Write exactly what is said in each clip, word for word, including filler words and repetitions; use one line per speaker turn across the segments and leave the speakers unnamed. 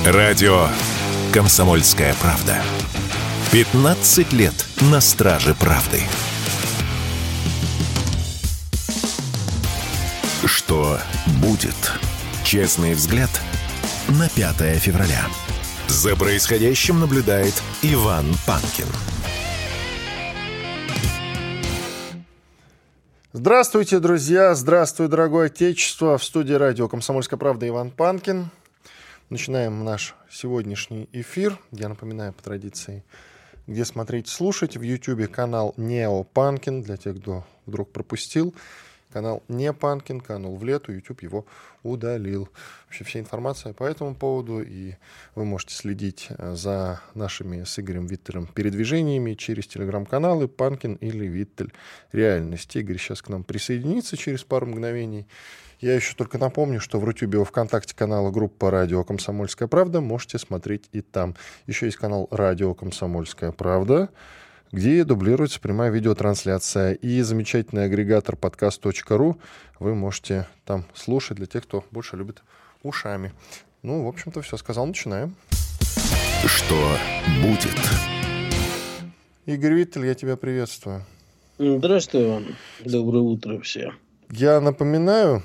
Радио «Комсомольская правда». пятнадцать лет на страже правды. Что будет? Честный взгляд на пятое февраля. За происходящим наблюдает Иван Панкин.
Здравствуйте, друзья! Здравствуй, дорогое отечество! В студии радио «Комсомольская правда» Иван Панкин. Начинаем наш сегодняшний эфир. Я напоминаю, по традиции, где смотреть, слушать. В Ютьюбе канал Нео Панкин, для тех, кто вдруг пропустил. Канал не Панкин, канул в лету, YouTube его удалил. Вообще вся информация по этому поводу, и вы можете следить за нашими с Игорем Виттелем передвижениями через телеграм-каналы Панкин или Виттель Реальность. Игорь сейчас к нам присоединится через пару мгновений. Я еще только напомню, что в Рутюбе, во ВКонтакте канала группа «Радио Комсомольская правда» можете смотреть и там. Еще есть канал «Радио Комсомольская правда», где дублируется прямая видеотрансляция. И замечательный агрегатор подкаст точка ру вы можете там слушать для тех, кто больше любит ушами. Ну, в общем-то, все сказал. Начинаем.
Что будет?
Игорь Виттель, я тебя приветствую.
Здравствуй, Иван. Доброе утро всем.
Я напоминаю,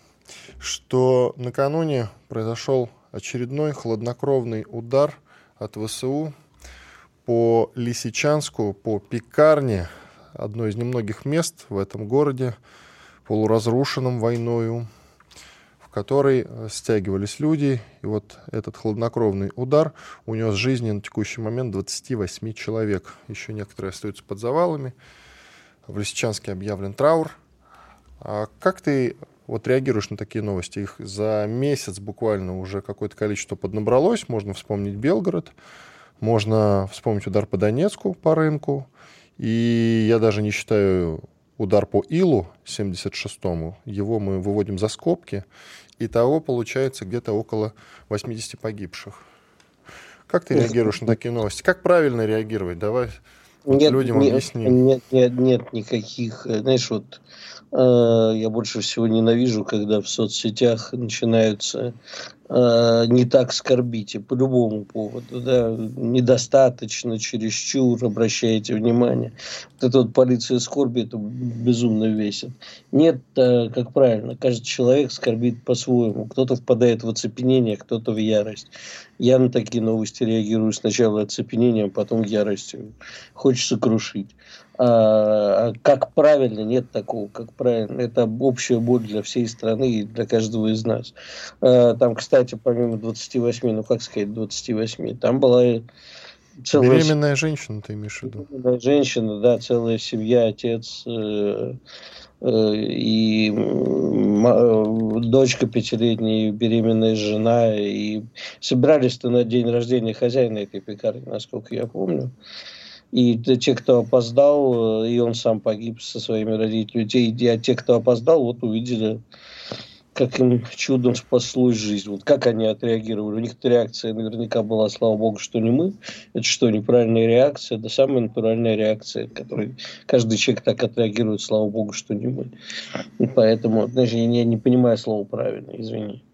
что накануне произошел очередной хладнокровный удар от ВСУ по Лисичанску, по пекарне, одно из немногих мест в этом городе, полуразрушенном войною, в которой стягивались люди. И вот этот хладнокровный удар унес жизни на текущий момент двадцати восьми человек. Еще некоторые остаются под завалами. В Лисичанске объявлен траур. А как ты вот реагируешь на такие новости? Их за месяц буквально уже какое-то количество поднабралось. Можно вспомнить Белгород, можно вспомнить удар по Донецку, по рынку. И я даже не считаю удар по Илу семьдесят шестому. Его мы выводим за скобки. Итого получается где-то около восьмидесяти погибших. Как ты реагируешь на такие новости? Как правильно реагировать? Давай вот
нет,
людям
нет,
объясним.
Нет, нет, нет никаких... Знаешь, вот э, я больше всего ненавижу, когда в соцсетях начинаются э, не так скорбить, и по любому поводу, да, недостаточно, чересчур, обращаете внимание. Вот эта вот полиция скорби, это безумно весит. Нет, э, как правильно, каждый человек скорбит по-своему. Кто-то впадает в оцепенение, кто-то в ярость. Я на такие новости реагирую сначала оцепенением, потом яростью. Хочется крушить. А, как правильно, нет такого, как правильно. Это общая боль для всей страны и для каждого из нас. А, там, кстати, помимо двадцати восьми, ну как сказать двадцати восьми, там была целая...
Беременная женщина, ты имеешь в виду?
Беременная женщина, да, целая семья, отец э, э, и м- дочка пятилетняя, беременная жена. И собирались-то на день рождения хозяина этой пекарни, насколько я помню. И те, кто опоздал, и он сам погиб со своими родителями. А те, кто опоздал, вот увидели, как им чудом спаслась жизнь. Вот как они отреагировали. У них реакция наверняка была, слава богу, что не мы. Это что, неправильная реакция? Это самая натуральная реакция, которой каждый человек так отреагирует, слава богу, что не мы. И поэтому, знаешь, я не, не понимаю слова правильно, извини.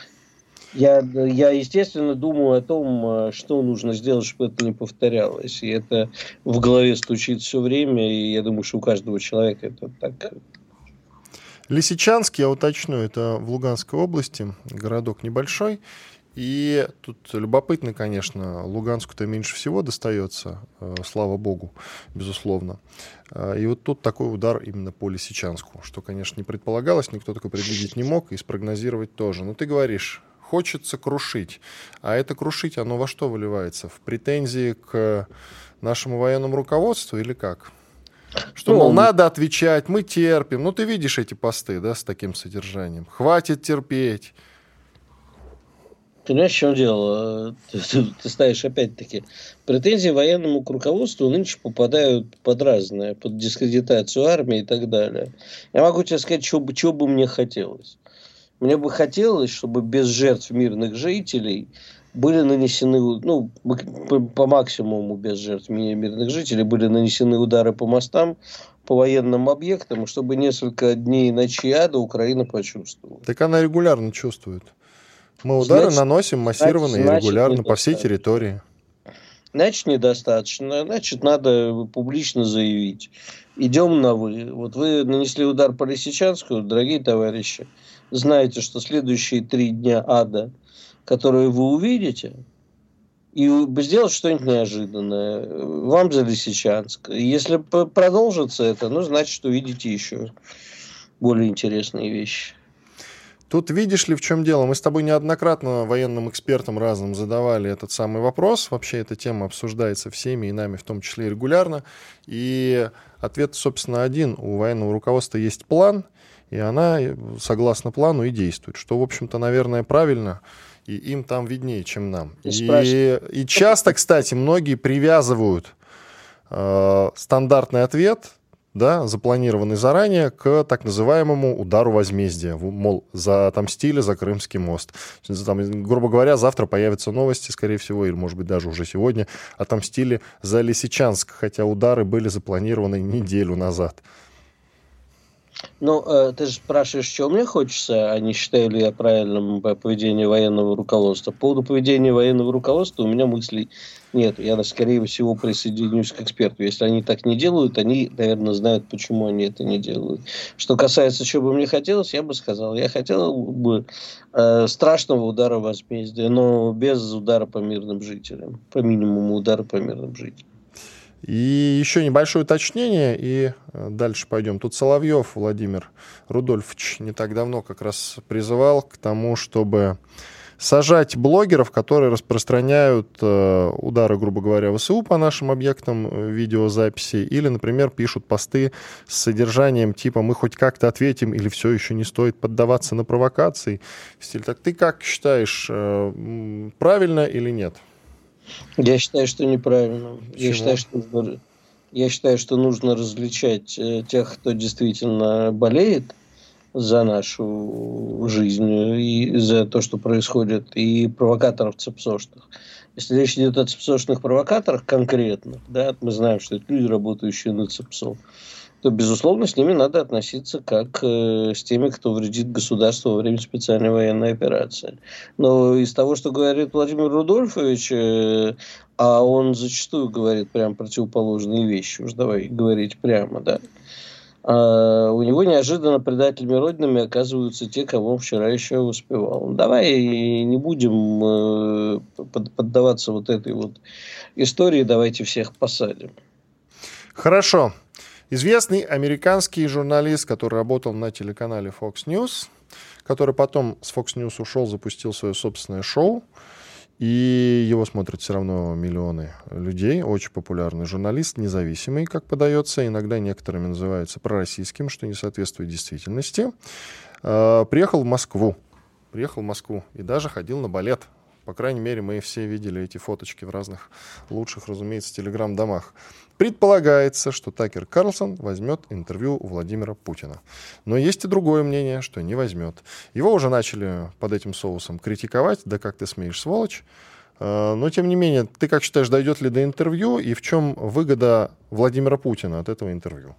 Я, я, естественно, думаю о том, что нужно сделать, чтобы это не повторялось. И это в голове стучит все время, и я думаю, что у каждого человека это так.
Лисичанск, я уточню, это в Луганской области, городок небольшой. И тут любопытно, конечно, Луганску-то меньше всего достается, слава богу, безусловно. И вот тут такой удар именно по Лисичанску, что, конечно, не предполагалось, никто такой предвидеть не мог и спрогнозировать тоже. Но ты говоришь, хочется крушить. А это крушить, оно во что выливается? В претензии к нашему военному руководству или как? Что, мол, надо отвечать, мы терпим. Ну, ты видишь эти посты, да, с таким содержанием. Хватит терпеть.
Понимаешь, в чем дело? Ты, ты, ты ставишь, опять-таки, претензии военному руководству нынче попадают под разное, под дискредитацию армии и так далее. Я могу тебе сказать, что бы, что бы мне хотелось. Мне бы хотелось, чтобы без жертв мирных жителей были нанесены, ну, по, по максимуму без жертв мирных жителей были нанесены удары по мостам, по военным объектам, чтобы несколько дней и ночей ада Украина почувствовала.
Так она регулярно чувствует. Мы удары
значит,
наносим массированно и регулярно по всей
недостаточно.
территории.
Значит, недостаточно. Значит, надо публично заявить. Идем на «вы». Вот вы нанесли удар по Лисичанску, дорогие товарищи. Знаете, что следующие три дня ада, которые вы увидите, и сделать что-нибудь неожиданное. Вам за Лисичанск. Если продолжится это, ну, значит, увидите еще более интересные вещи.
Тут видишь ли, в чем дело? Мы с тобой неоднократно военным экспертам разным задавали этот самый вопрос. Вообще эта тема обсуждается всеми и нами, в том числе и регулярно. И ответ, собственно, один. У военного руководства есть план, и она, согласно плану, и действует. Что, в общем-то, наверное, правильно, и им там виднее, чем нам. И, и часто, кстати, многие привязывают э, стандартный ответ, да, запланированный заранее, к так называемому удару возмездия. Мол, отомстили за Крымский мост. Там, грубо говоря, завтра появятся новости, скорее всего, или, может быть, даже уже сегодня, отомстили за Лисичанск, хотя удары были запланированы неделю назад.
Ну, ты же спрашиваешь, что мне хочется, а не считаю ли я правильным поведение военного руководства. По поводу поведения военного руководства у меня мыслей нет. Я, скорее всего, присоединюсь к эксперту. Если они так не делают, они, наверное, знают, почему они это не делают. Что касается, чего бы мне хотелось, я бы сказал. Я хотел бы э, страшного удара возмездия, но без удара по мирным жителям. По минимуму удара по мирным жителям.
И еще небольшое уточнение, и дальше пойдем. Тут Соловьев Владимир Рудольфович не так давно как раз призывал к тому, чтобы сажать блогеров, которые распространяют э, удары, грубо говоря, ВСУ по нашим объектам видеозаписи, или, например, пишут посты с содержанием типа «мы хоть как-то ответим» или «все еще не стоит поддаваться на провокации». В стиле, так ты как считаешь, э, правильно или нет?
Я считаю, что неправильно. Я считаю, что нужно, я считаю, что нужно различать э, тех, кто действительно болеет за нашу жизнь и за то, что происходит, и провокаторов цепсошных. Если речь идет о цепсошных провокаторах конкретно, да, мы знаем, что это люди, работающие на ЦЕПСО, то, безусловно, с ними надо относиться как э, с теми, кто вредит государству во время специальной военной операции. Но из того, что говорит Владимир Рудольфович, э, а он зачастую говорит прям противоположные вещи, уж давай говорить прямо, да, а у него неожиданно предателями Родины оказываются те, кого он вчера еще успевал. Давай не будем э, поддаваться вот этой вот истории, давайте всех посадим.
Хорошо. Известный американский журналист, который работал на телеканале Fox News, который потом с Fox News ушел, запустил свое собственное шоу, и его смотрят все равно миллионы людей. Очень популярный журналист, независимый, как подается, иногда некоторыми называется пророссийским, что не соответствует действительности. Приехал в Москву. Приехал в Москву и даже ходил на балет. По крайней мере, мы все видели эти фоточки в разных лучших, разумеется, телеграм-домах. Предполагается, что Такер Карлсон возьмет интервью у Владимира Путина. Но есть и другое мнение, что не возьмет. Его уже начали под этим соусом критиковать. Да как ты смеешь, сволочь. Но, тем не менее, ты как считаешь, дойдет ли до интервью? И в чем выгода Владимира Путина от этого интервью?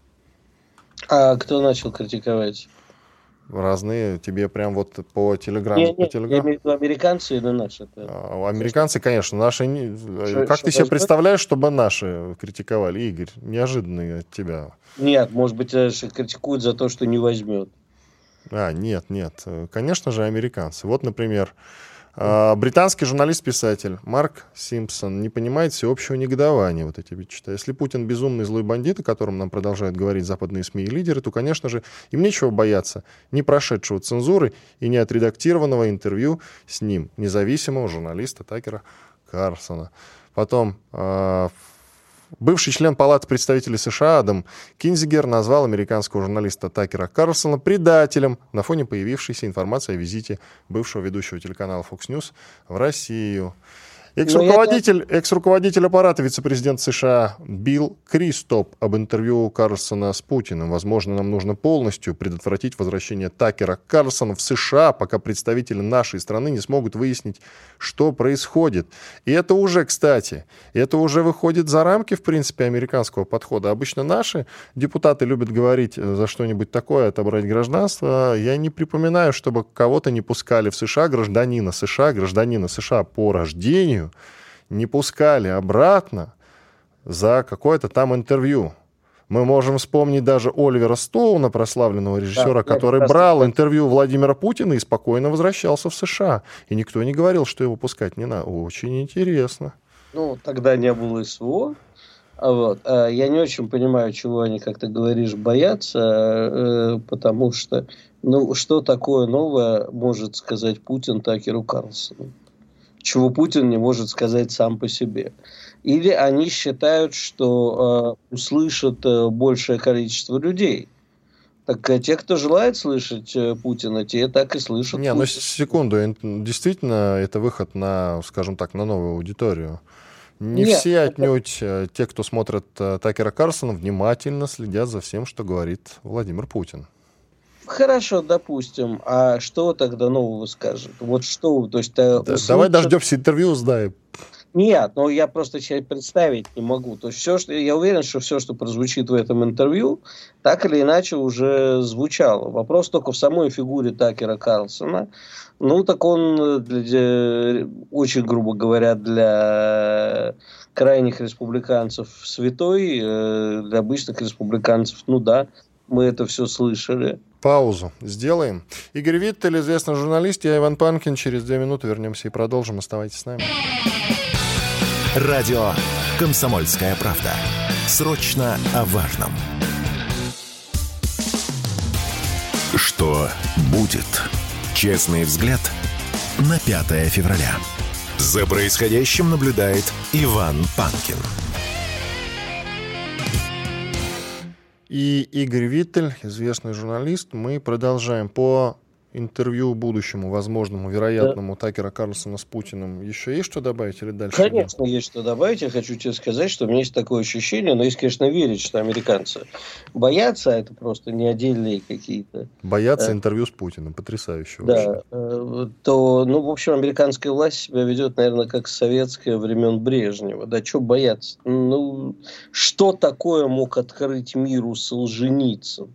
А кто начал критиковать?
Разные, тебе прям вот по телеграмму.
Не,
по
не,
телеграм...
я имею в виду американцы или наши?
А, американцы, конечно, наши. Не...
Что,
как
что
ты себе
возьмет?
представляешь, чтобы наши критиковали, Игорь? Неожиданные от тебя.
Нет, может быть, критикуют за то, что не возьмет.
А, нет, нет. Конечно же, американцы. Вот, например, британский журналист-писатель Марк Симпсон не понимает всеобщего негодования. Вот эти читаю. Если Путин безумный злой бандит, о котором нам продолжают говорить западные СМИ и лидеры, то, конечно же, им нечего бояться ни прошедшего цензуры и ни отредактированного интервью с ним, независимого журналиста Такера Карлсона. Потом э, бывший член Палаты представителей США Адам Кинзигер назвал американского журналиста Такера Карлсона предателем на фоне появившейся информации о визите бывшего ведущего телеканала Fox News в Россию. Экс-руководитель, экс-руководитель аппарата вице-президент США Билл Кристоп об интервью Карлсона с Путиным. Возможно, нам нужно полностью предотвратить возвращение Такера Карлсона в США, пока представители нашей страны не смогут выяснить, что происходит. И это уже, кстати, это уже выходит за рамки, в принципе, американского подхода. Обычно наши депутаты любят говорить за что-нибудь такое, отобрать гражданство. Я не припоминаю, чтобы кого-то не пускали в США, гражданина США, гражданина США по рождению, не пускали обратно за какое-то там интервью. Мы можем вспомнить даже Оливера Стоуна, прославленного режиссера, да, который брал интервью Владимира Путина и спокойно возвращался в США. И никто не говорил, что его пускать не надо. Очень интересно.
Ну, тогда не было СВО. Вот. Я не очень понимаю, чего они, как ты говоришь, боятся, потому что, ну, что такое новое может сказать Путин Такеру Карлсону? Чего Путин не может сказать сам по себе. Или они считают, что э, услышат э, большее количество людей. Так э, те, кто желает слышать э, Путина, те так и слышат.
Не, Путина. Ну секунду, действительно, это выход на, скажем так, на новую аудиторию. Не Нет, все отнюдь это... те, кто смотрят э, Такера Карлсона, внимательно следят за всем, что говорит Владимир Путин.
Хорошо, допустим. А что тогда нового скажет? Вот что, то есть... Да,
услышат... Давай дождемся интервью, узнаем.
Нет, ну я просто себе представить не могу. То есть все, что я уверен, что все, что прозвучит в этом интервью, так или иначе уже звучало. Вопрос только в самой фигуре Такера Карлсона. Ну, так он, для, очень грубо говоря, для крайних республиканцев святой, для обычных республиканцев, ну да, мы это все слышали.
Паузу сделаем. Игорь Виттель, известный журналист, я Иван Панкин. Через две минуты вернемся и продолжим. Оставайтесь с нами.
Радио «Комсомольская правда». Срочно о важном. Что будет? Честный взгляд на пятое февраля. За происходящим наблюдает Иван Панкин.
И Игорь Виттель, известный журналист. Мы продолжаем по интервью будущему, возможному, вероятному да. Такера Карлсона с Путиным. Еще есть что добавить или дальше?
Конечно, есть что добавить. Я хочу тебе сказать, что у меня есть такое ощущение, но есть, конечно, верить, что американцы боятся, это просто не отдельные какие-то.
Боятся а, интервью с Путиным. Потрясающе.
Да. А, то, ну, в общем, американская власть себя ведет, наверное, как советская времен Брежнева. Да, что бояться? Ну, что такое мог открыть миру Солженицын?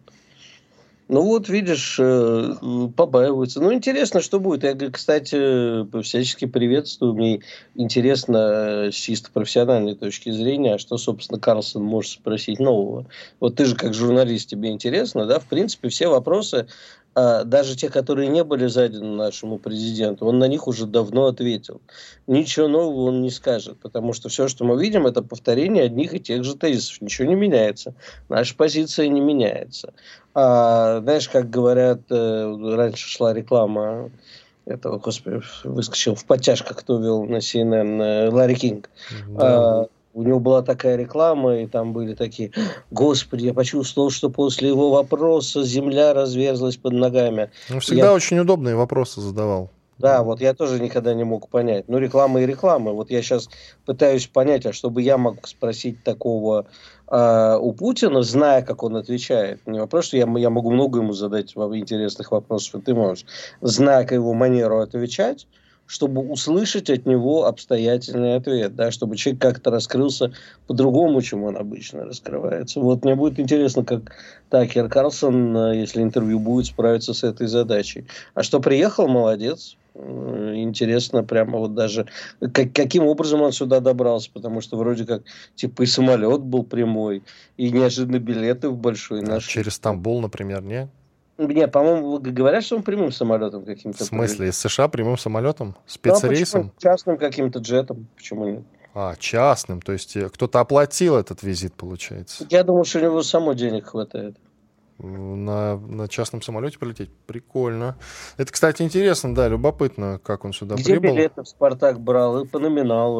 Ну вот, видишь, побаиваются. Ну, интересно, что будет. Я, кстати, всячески приветствую. Мне интересно с чисто профессиональной точки зрения, что, собственно, Карлсон может спросить нового. Вот ты же как журналист, тебе интересно, да? В принципе, все вопросы, даже те, которые не были заданы нашему президенту, он на них уже давно ответил. Ничего нового он не скажет, потому что все, что мы видим, это повторение одних и тех же тезисов. Ничего не меняется. Наша позиция не меняется. А, знаешь, как говорят, раньше шла реклама этого, господи, выскочил в подтяжках, кто вел на си эн эн, Ларри Кинг. Да. А, у него была такая реклама, и там были такие: «Господи, я почувствовал, что после его вопроса земля разверзлась под ногами».
Он всегда
я...
очень удобные вопросы задавал.
Да, вот я тоже никогда не мог понять. Ну, реклама и реклама. Вот я сейчас пытаюсь понять, а чтобы я мог спросить такого э, у Путина, зная, как он отвечает. Не вопрос, что я, я могу много ему задать интересных вопросов, и ты можешь, зная его манеру отвечать, чтобы услышать от него обстоятельный ответ, да, чтобы человек как-то раскрылся по-другому, чем он обычно раскрывается. Вот мне будет интересно, как Такер Карлсон, если интервью будет, справиться с этой задачей. А что приехал, молодец. Интересно прямо вот даже, как, каким образом он сюда добрался, потому что вроде как типа и самолет был прямой, и неожиданно билеты в большой.
А наши. Через Стамбул, например, не?
Не, по-моему, говорят, что он прямым самолетом каким-то.
В смысле, из США прямым самолетом? Спецрейсом?
Ну, частным каким-то джетом, почему нет?
А, частным, то есть кто-то оплатил этот визит, получается?
Я думаю, что у него само денег хватает.
На, на частном самолете полететь? Прикольно. Это, кстати, интересно, да, любопытно, как он сюда
Где
прибыл.
Где билеты в «Спартак» брал? И по номиналу ли?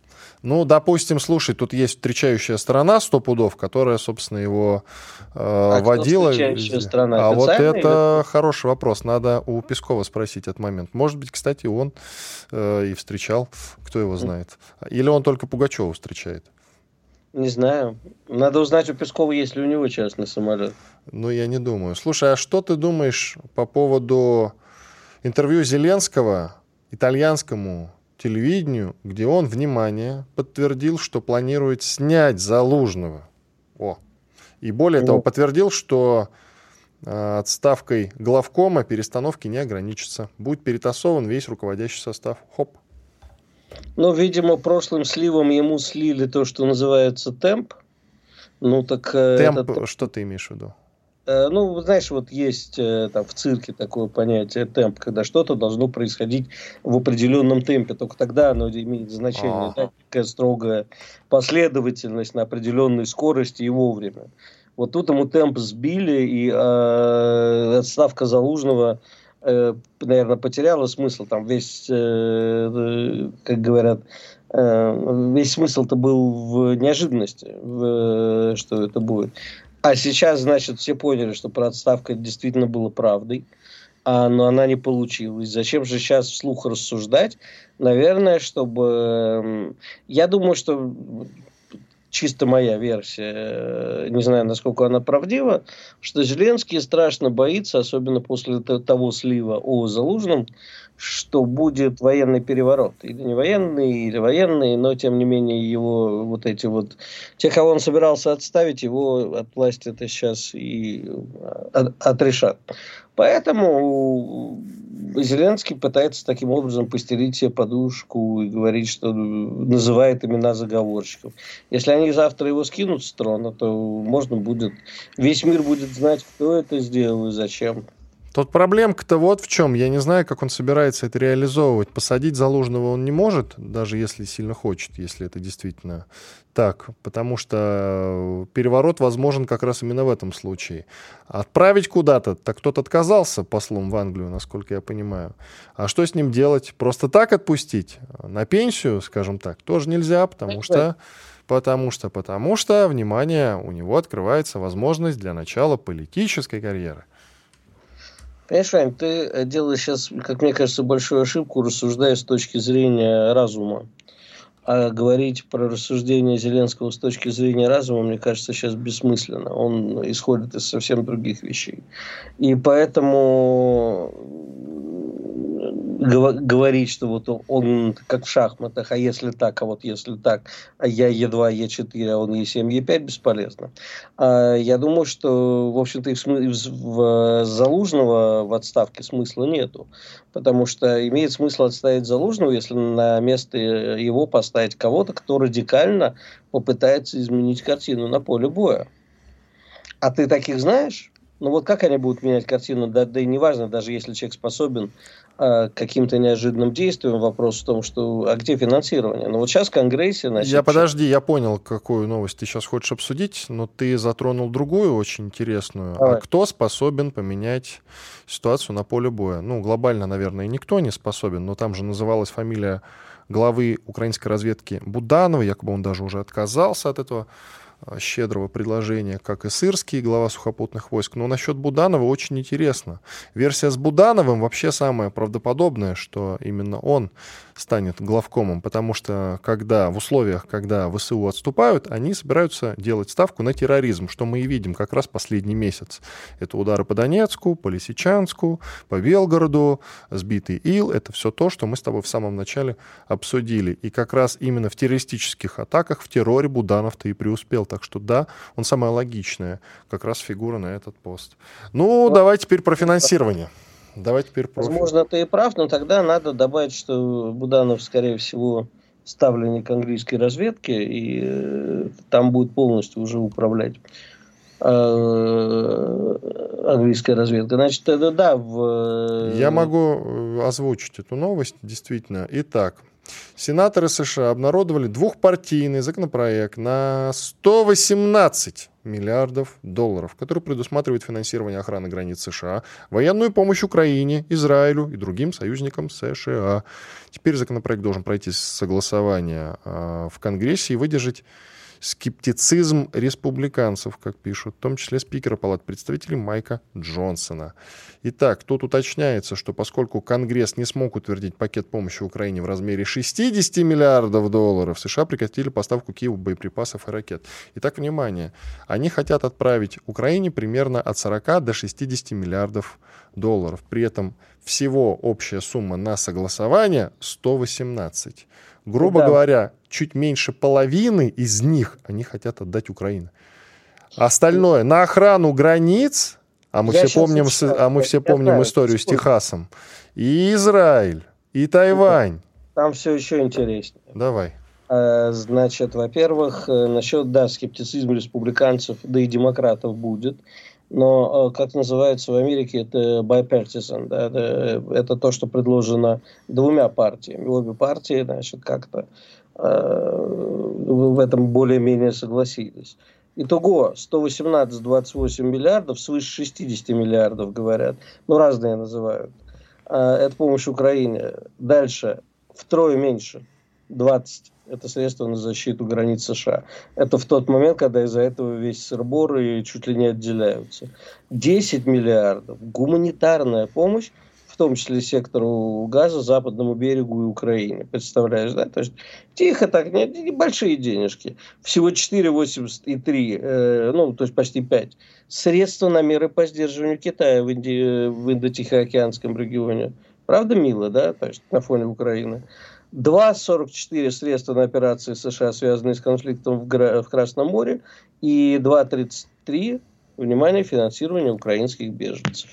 Ну, допустим, слушай, тут есть встречающая сторона сто пудов, которая, собственно, его э,
а
водила.
Встречающая страна?
А вот это
или...
хороший вопрос. Надо у Пескова спросить этот момент. Может быть, кстати, он э, и встречал, кто его знает. Или он только Пугачева встречает?
Не знаю. Надо узнать у Пескова, есть ли у него частный самолет.
Ну, я не думаю. Слушай, а что ты думаешь по поводу интервью Зеленского итальянскому телевидению, где он, внимание, подтвердил, что планирует снять Залужного. О. И более того, подтвердил, что э, отставкой главкома перестановки не ограничится. Будет перетасован весь руководящий состав. Хоп.
Ну, видимо, прошлым сливом ему слили то, что называется темп. Ну, так...
Темп,
этот...
что ты имеешь в виду?
Ну, знаешь, вот есть там в цирке такое понятие темп, когда что-то должно происходить в определенном темпе, только тогда оно имеет значение, да, такая строгая последовательность на определенной скорости и вовремя. Вот тут ему темп сбили, и э, отставка Залужного, э, наверное, потеряла смысл. Там весь, э, как говорят, э, весь смысл-то был в неожиданности, в, что это будет. А сейчас, значит, все поняли, что про отставку действительно было правдой, а, но она не получилась. Зачем же сейчас вслух рассуждать? Наверное, чтобы... Я думаю, что чисто моя версия, не знаю, насколько она правдива, что Зеленский страшно боится, особенно после того слива о Залужном, что будет военный переворот. Или не военный, или военный, но, тем не менее, его вот эти вот... Те, кого он собирался отставить, его от власти это сейчас и отрешат. Поэтому Зеленский пытается таким образом постелить себе подушку и говорить, что называет имена заговорщиков. Если они завтра его скинут с трона, то можно будет... Весь мир будет знать, кто это сделал и зачем.
Тут проблемка-то вот в чем. Я не знаю, как он собирается это реализовывать. Посадить Залужного он не может, даже если сильно хочет, если это действительно так. Потому что переворот возможен как раз именно в этом случае. Отправить куда-то, так тот отказался послом в Англию, насколько я понимаю. А что с ним делать? Просто так отпустить? На пенсию, скажем так, тоже нельзя, потому что... Потому что, потому что, внимание, у него открывается возможность для начала политической карьеры.
Понимаешь, Вань, ты делаешь сейчас, как мне кажется, большую ошибку, рассуждая с точки зрения разума. А говорить про рассуждение Зеленского с точки зрения разума, мне кажется, сейчас бессмысленно. Он исходит из совсем других вещей. И поэтому говорить, что вот он как в шахматах, а если так, а вот если так, а я е два, е четыре, а он е семь, е пять, бесполезно. А я думаю, что, в общем-то, и в, смы- в Залужного в отставке смысла нету. Потому что имеет смысл отставить Залужного, если на место его поставить кого-то, кто радикально попытается изменить картину на поле боя. А ты таких знаешь? Ну вот как они будут менять картину, да, да и неважно, даже если человек способен э, каким-то неожиданным действием, вопрос в том, что, а где финансирование? Ну вот сейчас в Конгрессе... Значит,
я подожди, я понял, какую новость ты сейчас хочешь обсудить, но ты затронул другую очень интересную. Давай. А кто способен поменять ситуацию на поле боя? Ну, глобально, наверное, никто не способен, но там же называлась фамилия главы украинской разведки Буданова, якобы он даже уже отказался от этого щедрого предложения, как и Сырский, глава сухопутных войск. Но насчет Буданова очень интересно. Версия с Будановым вообще самая правдоподобная, что именно он станет главкомом, потому что когда в условиях, когда ВСУ отступают, они собираются делать ставку на терроризм, что мы и видим как раз последний месяц. Это удары по Донецку, по Лисичанску, по Белгороду, сбитый Ил. Это все то, что мы с тобой в самом начале обсудили. И как раз именно в террористических атаках, в терроре Буданов-то и преуспел. Так что да, он самая логичная как раз фигура на этот пост. Ну, давай теперь про финансирование. Давай теперь про...
Возможно, ты и прав, но тогда надо добавить, что Буданов, скорее всего, ставленник английской разведки, и э, там будет полностью уже управлять английская разведка. Значит, это да. В...
Я могу озвучить эту новость, действительно. Итак, сенаторы США обнародовали двухпартийный законопроект на сто восемнадцать миллиардов долларов, который предусматривает финансирование охраны границ США, военную помощь Украине, Израилю и другим союзникам США. Теперь законопроект должен пройти согласование в Конгрессе и выдержать скептицизм республиканцев, как пишут, в том числе спикера Палаты представителей Майка Джонсона. Итак, тут уточняется, что поскольку Конгресс не смог утвердить пакет помощи Украине в размере шестьдесят миллиардов долларов, США прекратили поставку Киеву боеприпасов и ракет. Итак, внимание, они хотят отправить Украине примерно от сорока до шестидесяти миллиардов долларов. При этом всего общая сумма на согласование сто восемнадцать. Грубо да. говоря, чуть меньше половины из них они хотят отдать Украине. Остальное на охрану границ, а мы Я все помним, а мы все помним знаю, историю с Техасом, и Израиль, и Тайвань.
Там все еще интереснее.
Давай.
Значит, во-первых, насчет, да, скептицизма республиканцев, да и демократов будет. Но, как называется в Америке, это bipartisan, да, это, это то, что предложено двумя партиями. Обе партии, значит, как-то э, в этом более-менее согласились. Итого сто восемнадцать двадцать восемь миллиардов, свыше шестидесяти миллиардов, говорят. Ну, разные называют. Э, это помощь Украине. Дальше втрое меньше, двадцать. Это средства на защиту границ США. Это в тот момент, когда из-за этого весь сыр-бор и чуть ли не отделяются. десять миллиардов. Гуманитарная помощь, в том числе сектору газа, Западному берегу и Украине. Представляешь, да? То есть тихо так, нет, небольшие денежки. Всего четыре восемьдесят три, э, ну, то есть почти пять. Средства на меры по сдерживанию Китая в, Инди... в Индо-Тихоокеанском регионе. Правда, мило, да? То есть на фоне Украины. два сорок четыре средства на операции США, связанные с конфликтом в, Гра- в Красном море, и два тридцать три, внимание, финансирование украинских беженцев.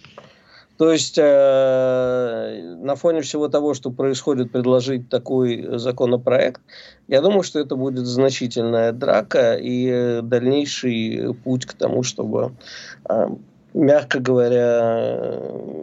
То есть э, на фоне всего того, что происходит, предложить такой законопроект, я думаю, что это будет значительная драка и дальнейший путь к тому, чтобы, э, мягко говоря,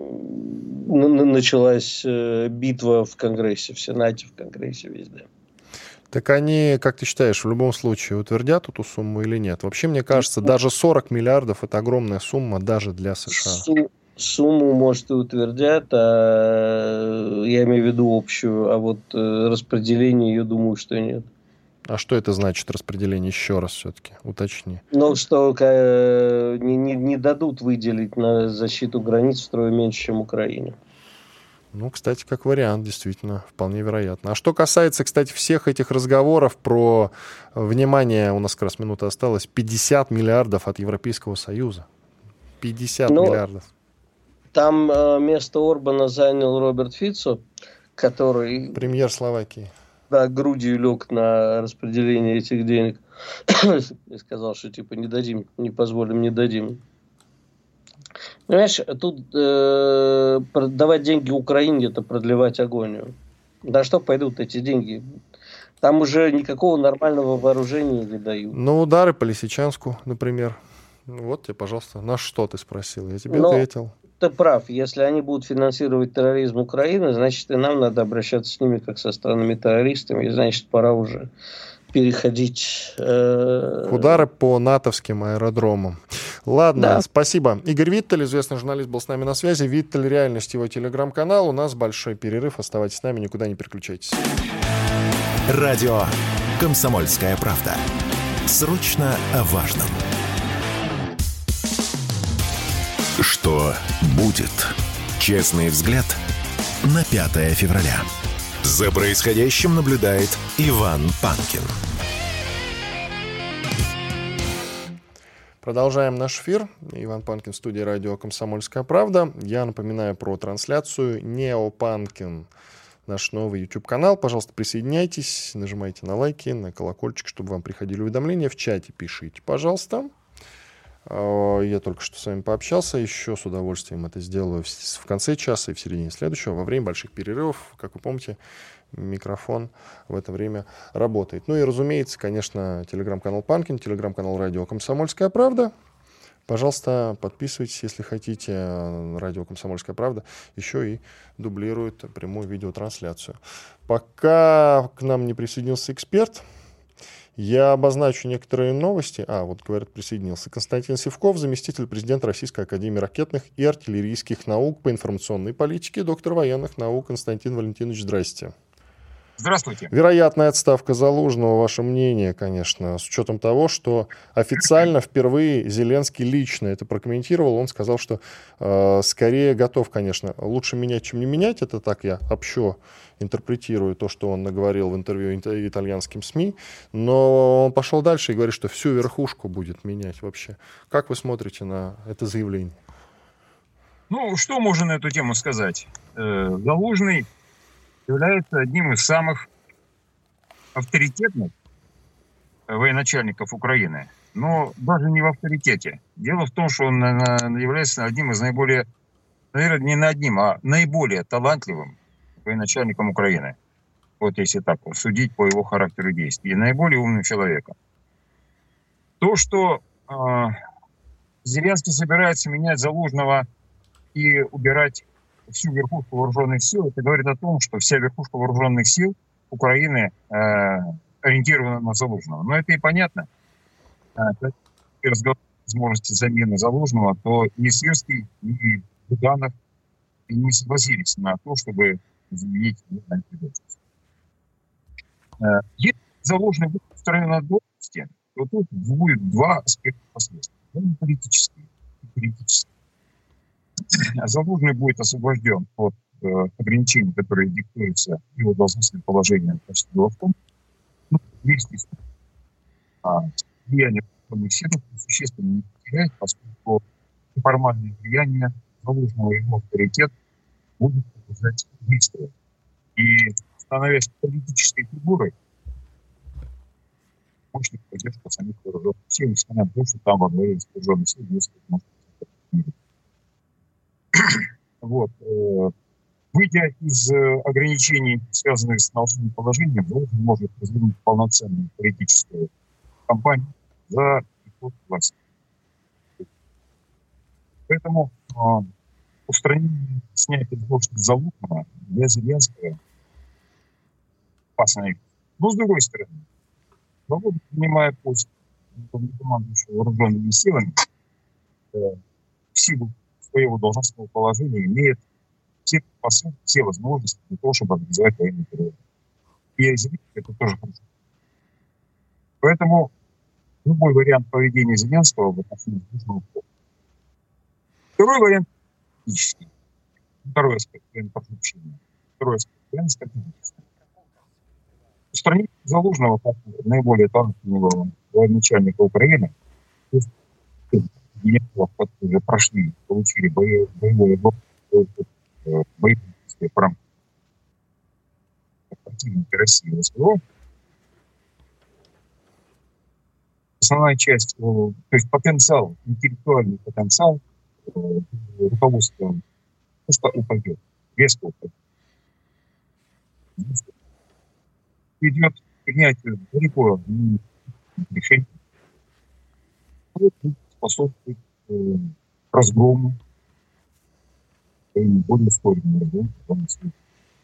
началась битва в Конгрессе, в Сенате, в Конгрессе, везде.
Так они, как ты считаешь, в любом случае утвердят эту сумму или нет? Вообще, мне кажется, даже сорок миллиардов – это огромная сумма даже для США.
Сумму, может, и утвердят, а я имею в виду общую, а вот распределение, я думаю, что нет.
А что это значит, распределение? Еще раз все-таки уточни.
Ну, что э, не, не, не дадут выделить на защиту границ втрое меньше, чем Украине.
Ну, кстати, как вариант, действительно, вполне вероятно. А что касается, кстати, всех этих разговоров про, внимание, у нас как раз минута осталась, пятьдесят миллиардов от Европейского Союза. пятьдесят ну, миллиардов.
Там э, место Орбана занял Роберт Фицо, который...
Премьер Словакии.
Да, грудью лег на распределение этих денег. И сказал, что типа не дадим, не позволим, не дадим. Понимаешь, тут э, давать деньги Украине, это продлевать агонию. Да что пойдут эти деньги? Там уже никакого нормального вооружения не дают.
Ну, удары по Лисичанску, например. Вот тебе, пожалуйста, на что ты спросил? Я тебе
Но
ответил.
Ты прав. Если они будут финансировать терроризм Украины, значит, и нам надо обращаться с ними как со странами-террористами. И, значит, пора уже переходить... Э...
Удары по натовским аэродромам. Ладно, да. Спасибо. Игорь Виттель, известный журналист, был с нами на связи. Виттель, реальность, его телеграм-канал. У нас большой перерыв. Оставайтесь с нами, никуда не переключайтесь.
Радио «Комсомольская правда». Срочно о важном. Что будет? Честный взгляд на пятое февраля. За происходящим наблюдает Иван Панкин.
Продолжаем наш эфир. Иван Панкин в студии радио «Комсомольская правда». Я напоминаю про трансляцию «Неопанкин». Наш новый YouTube-канал. Пожалуйста, присоединяйтесь, нажимайте на лайки, на колокольчик, чтобы вам приходили уведомления. В чате пишите, пожалуйста. Я только что с вами пообщался. Еще с удовольствием это сделаю в конце часа и в середине следующего. Во время больших перерывов, как вы помните, микрофон в это время работает. Ну и, разумеется, конечно, телеграм-канал Панкин, телеграм-канал радио «Комсомольская правда». Пожалуйста, подписывайтесь, если хотите. Радио «Комсомольская правда» еще и дублирует прямую видеотрансляцию. Пока к нам не присоединился эксперт, я обозначу некоторые новости. А, вот, говорят, присоединился Константин Сивков, заместитель президента Российской академии ракетных и артиллерийских наук по информационной политике, доктор военных наук. Константин Валентинович, здрасте.
Здравствуйте.
Вероятная отставка Залужного, ваше мнение, конечно, с учетом того, что официально впервые Зеленский лично это прокомментировал. Он сказал, что э, скорее готов, конечно, лучше менять, чем не менять. Это так я общо интерпретирую то, что он наговорил в интервью итальянским СМИ. Но он пошел дальше и говорит, что всю верхушку будет менять вообще. Как вы смотрите на это заявление?
Ну, что можно на эту тему сказать? Э, Залужный является одним из самых авторитетных военачальников Украины. Но даже не в авторитете. Дело в том, что он является одним из наиболее, наверное, не на одним, а наиболее талантливым военачальником Украины. Вот если так судить по его характеру действий. И наиболее умным человеком. То, что э, Зеленский собирается менять Залужного и убирать всю верхушку вооруженных сил, это говорит о том, что вся верхушка вооруженных сил Украины э, ориентирована на Залужного. Но это и понятно. Когда разговор о возможности замены Залужного, то ни Сирский, ни Буданов не согласились на то, чтобы заменить должность. Э, если Залужный будет устранен от должности, то тут будет два аспекта последствий. Он политический и политический. Залужный будет освобожден от э, ограничений, которые диктуются его должностным положением в качестве главкома. Ну, вместе с а, влияние вооруженных сил существенно не потеряет, поскольку неформальное влияние Залужного и его авторитет будет продолжать действовать. И становясь политической фигурой, мощная поддержка самих вооруженных сил, несмотря на то, что там во главе вооруженных сил есть возможность. Вот. Выйдя из ограничений, связанных с научным положением, Залужный может развернуть полноценную политическую кампанию за приход к власти. Поэтому э, устранение, снятие должности Залужного для Зеленского опасно. Но с другой стороны, Залужный, принимая пост командующего вооруженными силами, э, в силу своего должностного положения имеет все посылки, все возможности для того, чтобы организовать военный период. И Зеленский это тоже хорошо. Поэтому любой вариант поведения Зеленского в отношении Залужного плохо. Второй вариант – политический. Второй аспект – вариант общения. Второй аспект – вариант стратегический. Устранить Залужного как наиболее талантливого военачальника Украины, то есть генералов, которые уже прошли, получили боевое боевые действия в рамках противника России и СВО. Основная часть, то есть потенциал, интеллектуальный потенциал руководства просто упадет, резко упадет. Идет принятие далеко решений, способствует э, разгрому более ускоренного разгрома.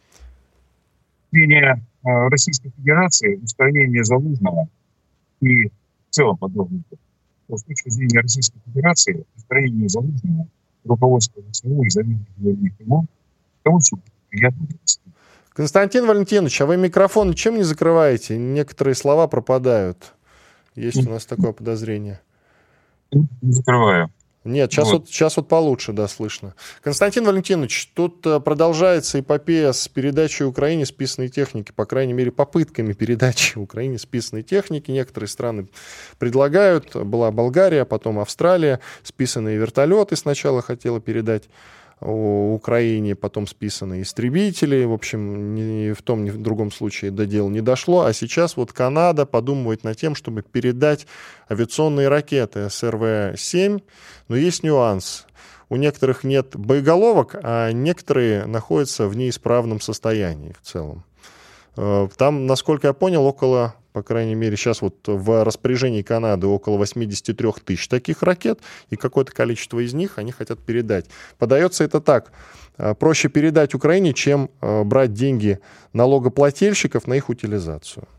Мнение э, Российской Федерации, устранение Залужного и в целом подобное. С точки зрения Российской Федерации, устранение Залужного, руководство ВСУ и замены ему, это очень приятно.
Константин Валентинович, а вы микрофон чем не закрываете? Некоторые слова пропадают. Есть у нас такое подозрение.
Не закрываю.
Нет, сейчас вот. Вот, сейчас вот получше, да, слышно. Константин Валентинович, тут продолжается эпопея с передачей Украине списанной техники, по крайней мере, попытками передачи Украине списанной техники. Некоторые страны предлагают. Была Болгария, потом Австралия. Списанные вертолеты сначала хотела передать Украине, потом списанные истребители. В общем, ни в том, ни в другом случае до дела не дошло. А сейчас вот Канада подумывает над тем, чтобы передать авиационные ракеты эс эр вэ семь. Но есть нюанс. У некоторых нет боеголовок, а некоторые находятся в неисправном состоянии в целом. Там, насколько я понял, около, по крайней мере, сейчас вот в распоряжении Канады около восемьдесят три тысяч таких ракет, и какое-то количество из них они хотят передать. Подается это так. Проще передать Украине, чем брать деньги налогоплательщиков на их утилизацию.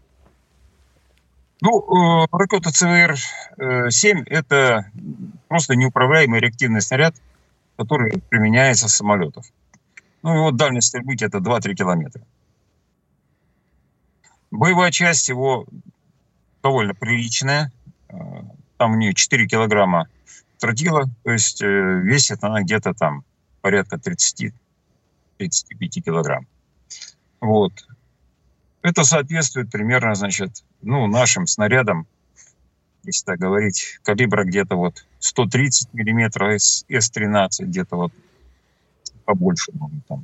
Ну, ракета Цэ Вэ Эр семь – это просто неуправляемый реактивный снаряд, который применяется с самолетов. Ну, его дальность стрельбы где-то два-три километра. Боевая часть его довольно приличная. Там у нее четыре килограмма тротила, то есть весит она где-то там порядка тридцать-тридцать пять килограмм. Вот. Это соответствует примерно, значит, ну, нашим снарядам, если так говорить, калибра где-то вот сто тридцать миллиметров, эс тринадцать где-то вот побольше. Ну, там.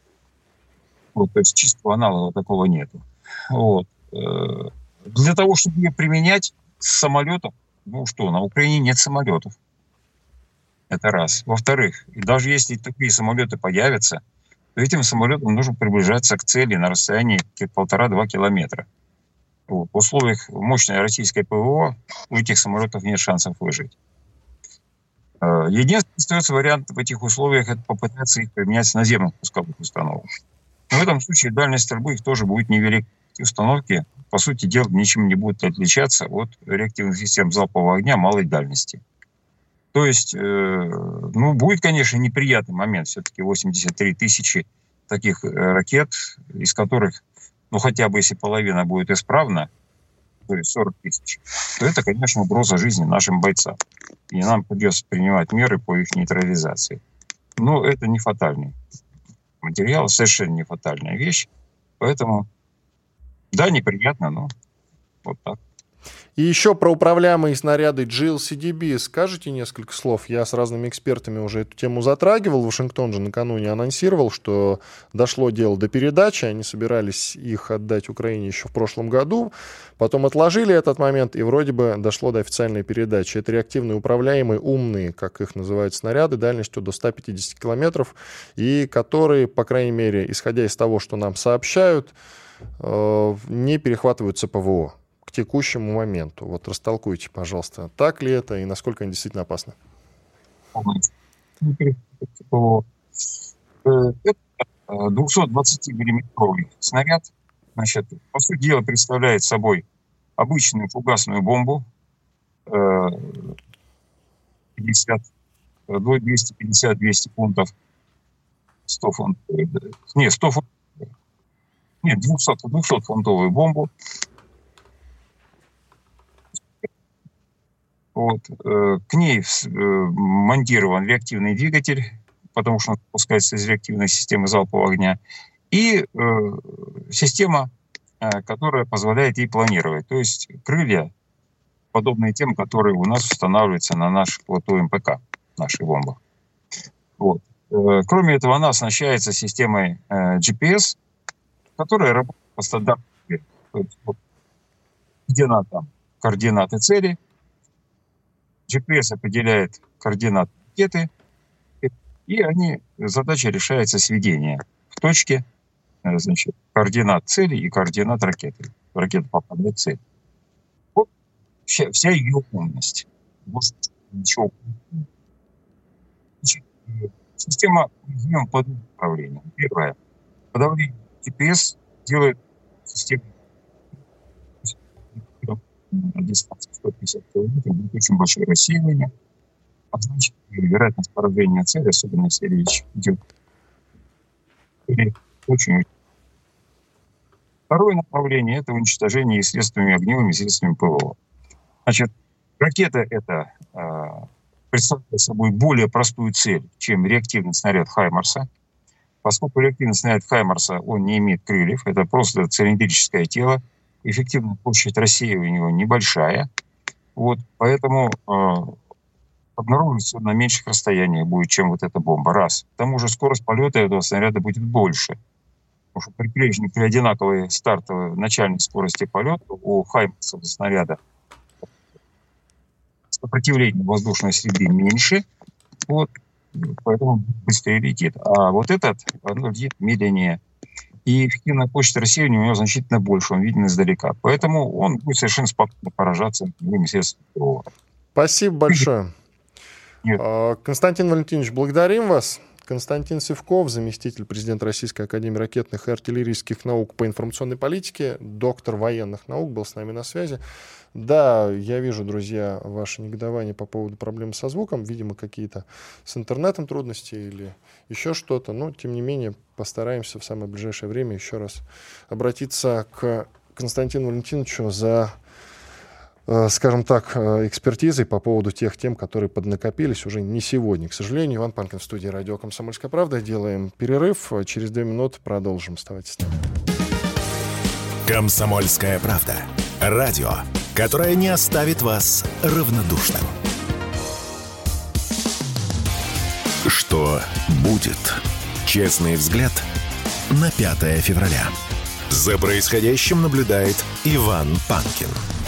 Вот, то есть чистого аналога такого нету. Вот. Для того, чтобы ее применять с самолетов, ну что, на Украине нет самолетов. Это раз. Во-вторых, даже если такие самолеты появятся, то этим самолетам нужно приближаться к цели на расстоянии полтора-два километра. Вот. В условиях мощной российской ПВО у этих самолетов нет шансов выжить. Единственный остается вариант в этих условиях — это попытаться их применять с наземных пусковых установок. Но в этом случае дальность стрельбы их тоже будет невелика. Эти установки, по сути дела, ничем не будут отличаться от реактивных систем залпового огня малой дальности. То есть, э, ну, будет, конечно, неприятный момент. Все-таки восемьдесят три тысячи таких э, ракет, из которых, ну, хотя бы если половина будет исправна, то есть сорок тысяч, то это, конечно, угроза жизни нашим бойцам. И нам придется принимать меры по их нейтрализации. Но это не фатальный материал, совершенно не фатальная вещь. Поэтому, да, неприятно, но вот так.
И еще про управляемые снаряды джи эл си ди би скажите несколько слов? Я с разными экспертами уже эту тему затрагивал. Вашингтон же накануне анонсировал, что дошло дело до передачи. Они собирались их отдать Украине еще в прошлом году. Потом отложили этот момент, и вроде бы дошло до официальной передачи. Это реактивные управляемые, умные, как их называют, снаряды, дальностью до ста пятидесяти километров, и которые, по крайней мере, исходя из того, что нам сообщают, не перехватываются ПВО к текущему моменту. Вот растолкуйте, пожалуйста, так ли это и насколько они действительно опасны.
Это двухсотдвадцатимиллиметровый снаряд. Значит, по сути дела, представляет собой обычную фугасную бомбу пятьдесят, двести пятьдесят - двести фунтов, сто фунтов, нет, сто фунтов, нет, двухсот-фунтовую бомбу. Вот. К ней монтирован реактивный двигатель, потому что он запускается из реактивной системы залпового огня, и э, система, э, которая позволяет ей планировать. То есть крылья, подобные тем, которые у нас устанавливаются на наш плато эм пэ ка, нашей бомбы. Вот. Э, кроме этого, она оснащается системой э, джи пи эс, которая работает по стандарту. То есть, вот, где она там координаты цели, джи пи эс определяет координаты ракеты, и они, задача решается сведение в точке, значит, координат цели и координат ракеты. Ракета попадает в цель. Вот вся, вся ее умность. Может, ничего. Значит, система под управлением. Первое. Подавление джи пи эс делает систему на дистанции сто пятьдесят километров, будет очень большое рассеивание, а значит, вероятность поражения цели, особенно если речь идет очень. Второе направление — это уничтожение средствами огневыми, средствами ПВО. Значит, ракета это э, представляет собой более простую цель, чем реактивный снаряд Хаймарса. Поскольку реактивный снаряд Хаймарса, он не имеет крыльев, это просто цилиндрическое тело, эффективная площадь рассеивания у него небольшая, вот, поэтому э, обнаруживается на меньших расстояниях будет, чем вот эта бомба. Раз. К тому же скорость полета этого снаряда будет больше. Потому что при прежней, при одинаковой стартовой начальной скорости полета у Хаймарсового снаряда сопротивление воздушной среды меньше, вот, поэтому быстрее летит. А вот этот, оно летит медленнее. И эффективная почта России у него значительно больше, он виден издалека. Поэтому он будет совершенно спокойно поражаться любыми средствами.
Спасибо большое.
Нет.
Константин Валентинович, благодарим вас. Константин Сивков, заместитель президента Российской академии ракетных и артиллерийских наук по информационной политике, доктор военных наук, был с нами на связи. Да, я вижу, друзья, ваше негодование по поводу проблем со звуком. Видимо, какие-то с интернетом трудности или еще что-то. Но, тем не менее, постараемся в самое ближайшее время еще раз обратиться к Константину Валентиновичу за, скажем так, экспертизой по поводу тех тем, которые поднакопились уже не сегодня. К сожалению, Иван Панкин в студии радио «Комсомольская правда». Делаем перерыв. Через две минуты продолжим. Оставайтесь с нами.
«Комсомольская правда». Радио, которое не оставит вас равнодушным. Что будет? Честный взгляд на пятое февраля. За происходящим наблюдает Иван Панкин.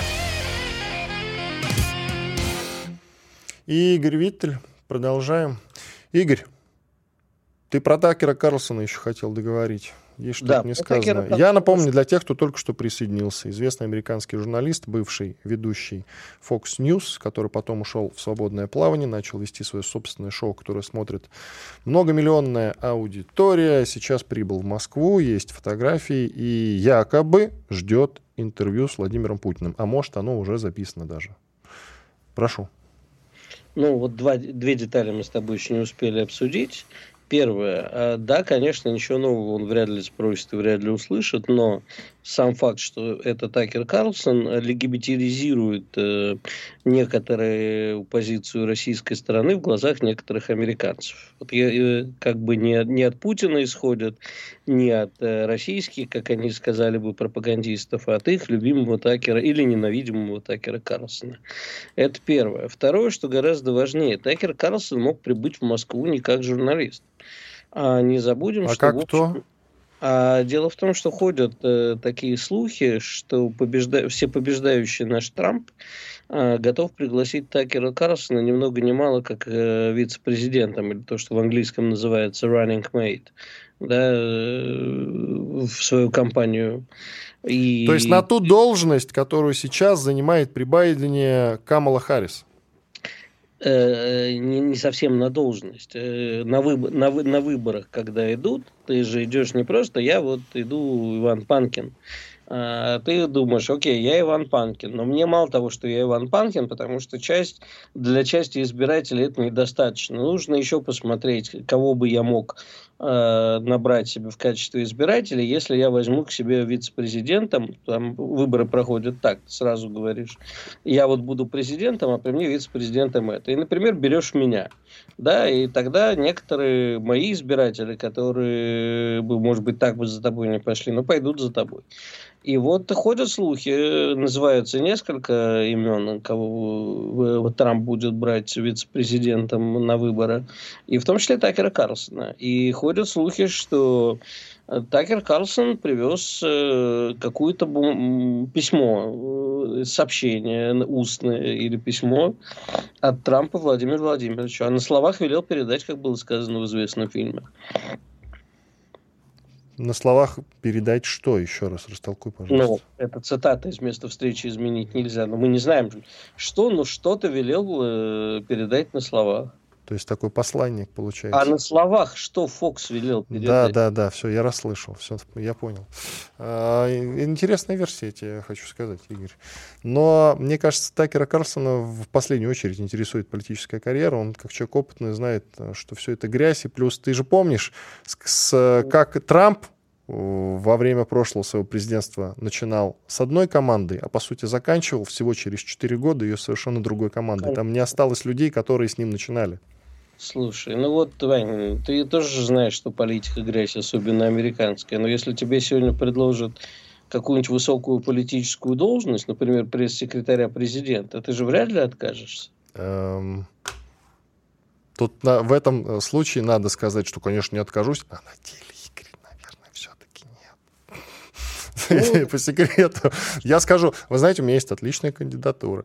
Игорь Виттель. Продолжаем. Игорь, ты про Такера Карлсона еще хотел договорить. Есть что-то
Да,
не
Такера
сказано.
Карлсона.
Я напомню для тех, кто только что присоединился. Известный американский журналист, бывший ведущий Fox News, который потом ушел в свободное плавание, начал вести свое собственное шоу, которое смотрит многомиллионная аудитория. Сейчас прибыл в Москву, есть фотографии и якобы ждет интервью с Владимиром Путиным. А может, оно уже записано даже. Прошу.
Ну, вот два, две детали мы с тобой еще не успели обсудить. Первое. Да, конечно, ничего нового он вряд ли спросит и вряд ли услышит, но сам факт, что это Такер Карлсон, легитимизирует э, некоторую позицию российской стороны в глазах некоторых американцев. Вот я, э, как бы не, не от Путина исходят, не от э, российских, как они сказали бы, пропагандистов, а от их любимого Такера или ненавидимого Такера Карлсона. Это первое. Второе, что гораздо важнее. Такер Карлсон мог прибыть в Москву не как журналист. А не забудем,
а
что...
как
в общем,
кто?
А дело в том, что ходят э, такие слухи, что побежда... все побеждающий наш Трамп э, готов пригласить Такера Карлсона ни много ни мало как э, вице-президентом, или то, что в английском называется running mate, да, э, в свою компанию. И...
То есть на ту должность, которую сейчас занимает при Байдене Камала Харрис.
Не, не совсем на должность. На, выбор, на, вы, на выборах, когда идут, ты же идешь не просто, я вот иду Иван Панкин. А ты думаешь, окей, я Иван Панкин, но мне мало того, что я Иван Панкин, потому что часть, для части избирателей это недостаточно. Нужно еще посмотреть, кого бы я мог э, набрать себе в качестве избирателя, если я возьму к себе вице-президентом, там выборы проходят так, ты сразу говоришь, я вот буду президентом, а при мне вице-президентом это. И, например, берешь меня. Да, и тогда некоторые мои избиратели, которые бы, может быть, так бы за тобой не пошли, но пойдут за тобой. И вот ходят слухи, называются несколько имен, кого Трамп будет брать вице-президентом на выборы, и в том числе Такера Карлсона. И ходят слухи, что Такер Карлсон привез какое-то бум- письмо, сообщение устное или письмо от Трампа Владимиру Владимировичу, а на словах велел передать, как было сказано в известном фильме.
На словах передать что? Еще раз растолкуй, пожалуйста.
Ну, это цитата из места встречи изменить нельзя. Но мы не знаем, что, но что-то велел э, передать на словах.
То есть такой посланник получается.
А на словах что Фокс велел передать?
Да, да, да, все, я расслышал, все, я понял. А, интересная версия, я тебе хочу сказать, Игорь. Но мне кажется, Такера Карлсона в последнюю очередь интересует политическая карьера. Он, как человек опытный, знает, что все это грязь. И плюс, ты же помнишь, с, с, как Трамп во время прошлого своего президентства начинал с одной командой, а по сути заканчивал всего через четыре года ее совершенно другой командой. Там не осталось людей, которые с ним начинали.
Слушай, ну вот, Вань, ты тоже знаешь, что политика грязь, особенно американская. Но если тебе сегодня предложат какую-нибудь высокую политическую должность, например, пресс-секретаря президента, ты же вряд ли откажешься.
Эм... Тут на, в этом случае надо сказать, что, конечно, не откажусь, а на деле, Игорь, наверное, все-таки нет. По секрету. Я скажу, вы знаете, у меня есть отличная кандидатура.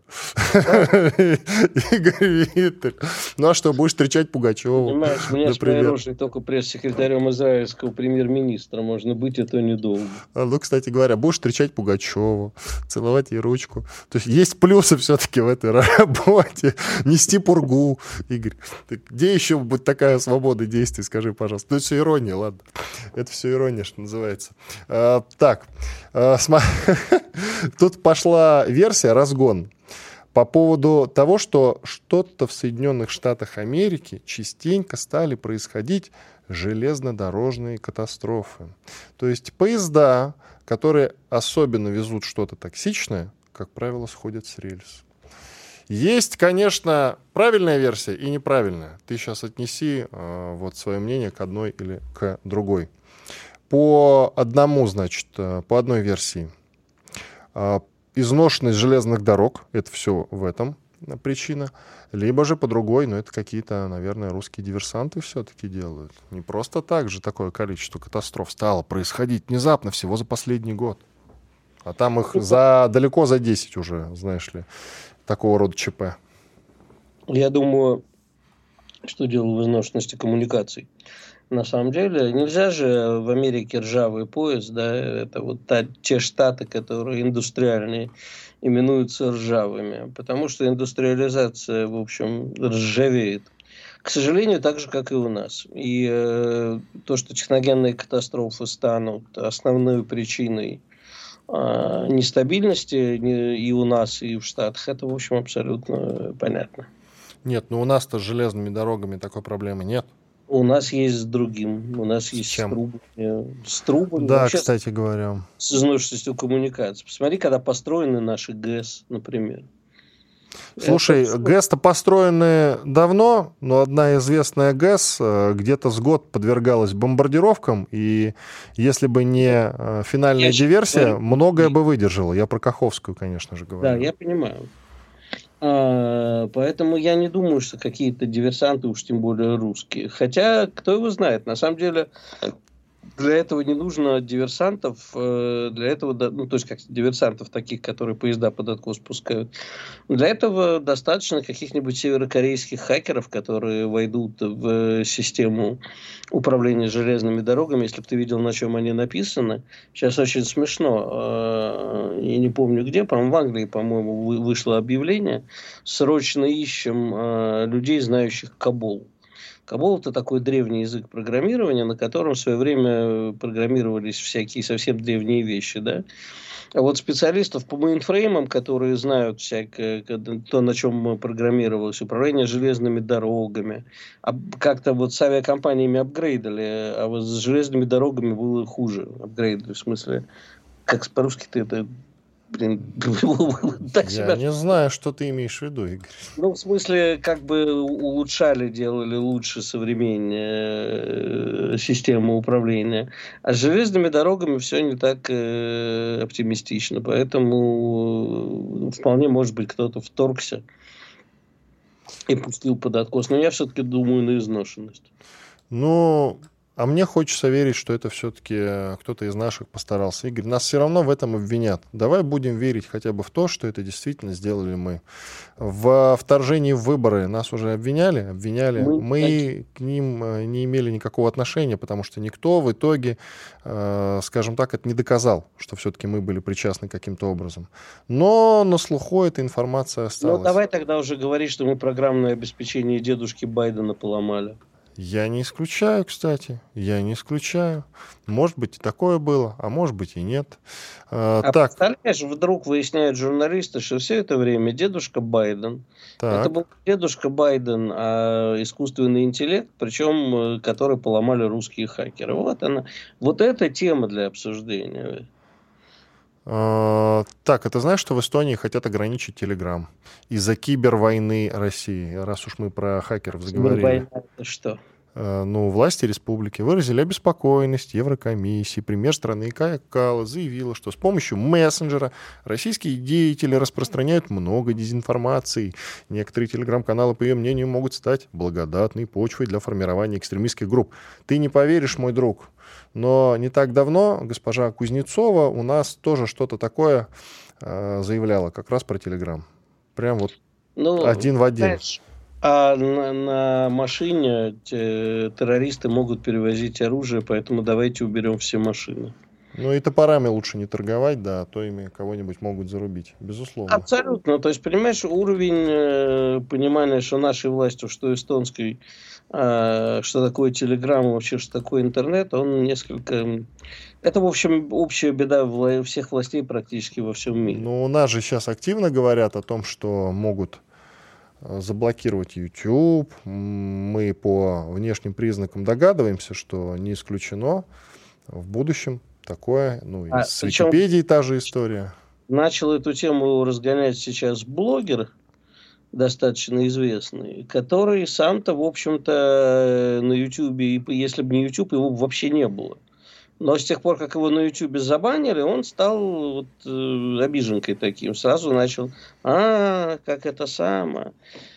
Игорь Виттель. Ну а что, будешь встречать Пугачеву?
Понимаешь, меня с моей рожей только пресс-секретарем израильского премьер-министра можно быть, и то недолго.
Ну, кстати говоря, будешь встречать Пугачеву, целовать ей ручку. То есть есть плюсы все-таки в этой работе. Нести пургу, Игорь. Где еще будет такая свобода действий, скажи, пожалуйста. Ну, это все ирония, ладно. Это все ирония, что называется. А, так, а, см... тут пошла версия, разгон, по поводу того, что что-то в Соединенных Штатах Америки частенько стали происходить железнодорожные катастрофы. То есть поезда, которые особенно везут что-то токсичное, как правило, сходят с рельс. Есть, конечно, правильная версия и неправильная. Ты сейчас отнеси э, вот свое мнение к одной или к другой. По одному, значит, э, по одной версии. Э, изношенность железных дорог, это все в этом причина. Либо же по другой, но это какие-то, наверное, русские диверсанты все-таки делают. Не просто так же такое количество катастроф стало происходить внезапно, всего за последний год. А там их за, далеко за десять уже, знаешь ли, такого рода ЧП.
Я думаю, что дело в изношенности коммуникаций. На самом деле, нельзя же в Америке ржавый поезд, да, это вот та, те штаты, которые индустриальные, именуются ржавыми, потому что индустриализация, в общем, ржавеет. К сожалению, так же, как и у нас. И э, то, что техногенные катастрофы станут основной причиной э, нестабильности не, и у нас, и в Штатах, это, в общем, абсолютно понятно.
Нет, ну у нас-то с железными дорогами такой проблемы нет.
У нас есть с другим. У нас с есть чем? с трубами. С трубами.
Да, вообще, кстати говоря.
С изношенностью коммуникаций. Посмотри, когда построены наши ГЭС, например.
Слушай, это... ГЭС-то построены давно, но одна известная ГЭС где-то с год подвергалась бомбардировкам, и если бы не финальная я диверсия, говорю... многое бы выдержало. Я про Каховскую, конечно же, говорю.
Да, я понимаю. А, поэтому я не думаю, что какие-то диверсанты, уж тем более русские. Хотя, кто его знает, на самом деле... Для этого не нужно диверсантов, для этого, ну, то есть как диверсантов таких, которые поезда под откос пускают. Для этого достаточно каких-нибудь северокорейских хакеров, которые войдут в систему управления железными дорогами. Если бы ты видел, на чем они написаны. Сейчас очень смешно. Я не помню где, по-моему, в Англии, по-моему, вышло объявление. Срочно ищем людей, знающих Кабол. Кабол – это такой древний язык программирования, на котором в свое время программировались всякие совсем древние вещи, да. А вот специалистов по мейнфреймам, которые знают всякое, то, на чем программировалось, управление железными дорогами, а как-то вот с авиакомпаниями апгрейдили, а вот с железными дорогами было хуже апгрейдили, в смысле, как по-русски-то это... Блин,
так Я себя... не знаю, что ты имеешь в виду, Игорь.
Ну, в смысле, как бы улучшали, делали лучше, современнее систему управления. А с железными дорогами все не так э, оптимистично. Поэтому вполне, может быть, кто-то вторгся и пустил под откос. Но я все-таки думаю на изношенность.
Ну... А мне хочется верить, что это все-таки кто-то из наших постарался. Игорь, нас все равно в этом обвинят. Давай будем верить хотя бы в то, что это действительно сделали мы. В вторжении в выборы нас уже обвиняли, обвиняли. Мы, мы к ним не имели никакого отношения, потому что никто в итоге, э, скажем так, это не доказал, что все-таки мы были причастны каким-то образом. Но на слуху эта информация осталась.
Ну, давай тогда уже говорить, что мы программное обеспечение дедушки Байдена поломали.
Я не исключаю, кстати, я не исключаю. Может быть, и такое было, а может быть, и нет. А,
а
так.
представляешь, вдруг выясняют журналисты, что все это время дедушка Байден, так. это был дедушка Байден, а искусственный интеллект, причем который поломали русские хакеры. Вот она, вот эта тема для обсуждения.
Uh, так, это знаешь, что в Эстонии хотят ограничить Телеграм из-за кибервойны России, раз уж мы про хакеров заговорили.
Кибервойна это что?
ну, власти республики выразили обеспокоенность Еврокомиссии. Премьер страны Кая Каллас заявила, что с помощью мессенджера российские деятели распространяют много дезинформации. Некоторые телеграм-каналы, по ее мнению, могут стать благодатной почвой для формирования экстремистских групп. Ты не поверишь, мой друг, но не так давно госпожа Кузнецова у нас тоже что-то такое э, заявляла, как раз про Телеграм. Прям вот ну, один в один. Знаешь,
а на, на машине террористы могут перевозить оружие, поэтому давайте уберем все машины.
Ну и топорами лучше не торговать, да, а то ими кого-нибудь могут зарубить, безусловно.
Абсолютно. То есть, понимаешь, уровень э, понимания, что нашей властью, что эстонской, э, что такое Телеграм, вообще что такое интернет, он несколько... Это, в общем, общая беда вла... всех властей практически во всем мире.
Ну, у нас же сейчас активно говорят о том, что могут заблокировать YouTube. Мы по внешним признакам догадываемся, что не исключено в будущем такое. Ну, и а, с Википедией та же история.
Начал эту тему разгонять сейчас блогер, достаточно известный, который сам-то, в общем-то, на YouTube, если бы не YouTube, его бы вообще не было. Но с тех пор, как его на Ютубе забанили, он стал вот, э, обиженкой таким. Сразу начал, а, как это самое.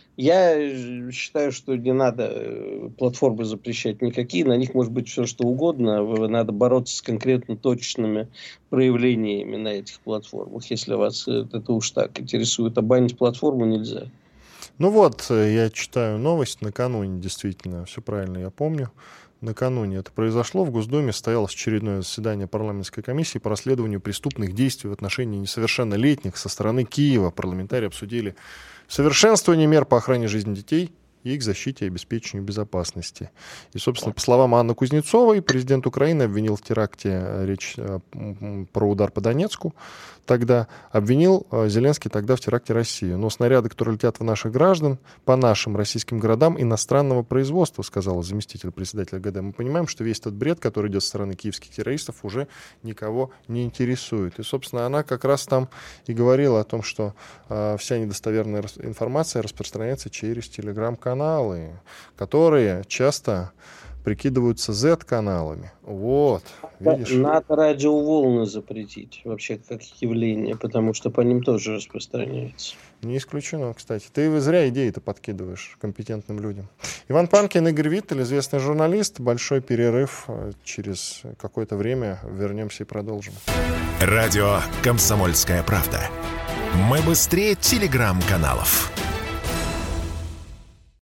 Я считаю, что не надо платформы запрещать никакие. На них может быть все, что угодно. Надо бороться с конкретно точными проявлениями на этих платформах. Если вас это уж так интересует, а банить платформу нельзя.
Ну вот, я читаю новость накануне, действительно, все правильно я помню. Накануне это произошло. В Госдуме состоялось очередное заседание парламентской комиссии по расследованию преступных действий в отношении несовершеннолетних со стороны Киева. Парламентарии обсудили совершенствование мер по охране жизни детей и к защите и обеспечению безопасности. И, собственно, по словам Анны Кузнецовой, президент Украины обвинил в теракте, речь про удар по Донецку, тогда обвинил Зеленский тогда в теракте Россию. Но снаряды, которые летят в наших граждан, по нашим российским городам иностранного производства, сказала заместитель председателя ГД. Мы понимаем, что весь этот бред, который идет со стороны киевских террористов, уже никого не интересует. И, собственно, она как раз там и говорила о том, что э, вся недостоверная информация распространяется через телеграм-каналы, которые часто прикидываются зет-каналами. Вот, видишь?
Надо радиоволны запретить вообще как явление, потому что по ним тоже распространяется.
Не исключено, кстати. Ты зря идеи-то подкидываешь компетентным людям. Иван Панкин, Игорь Виттель, известный журналист. Большой перерыв. Через какое-то время вернемся и продолжим.
Радио «Комсомольская правда». Мы быстрее телеграм-каналов.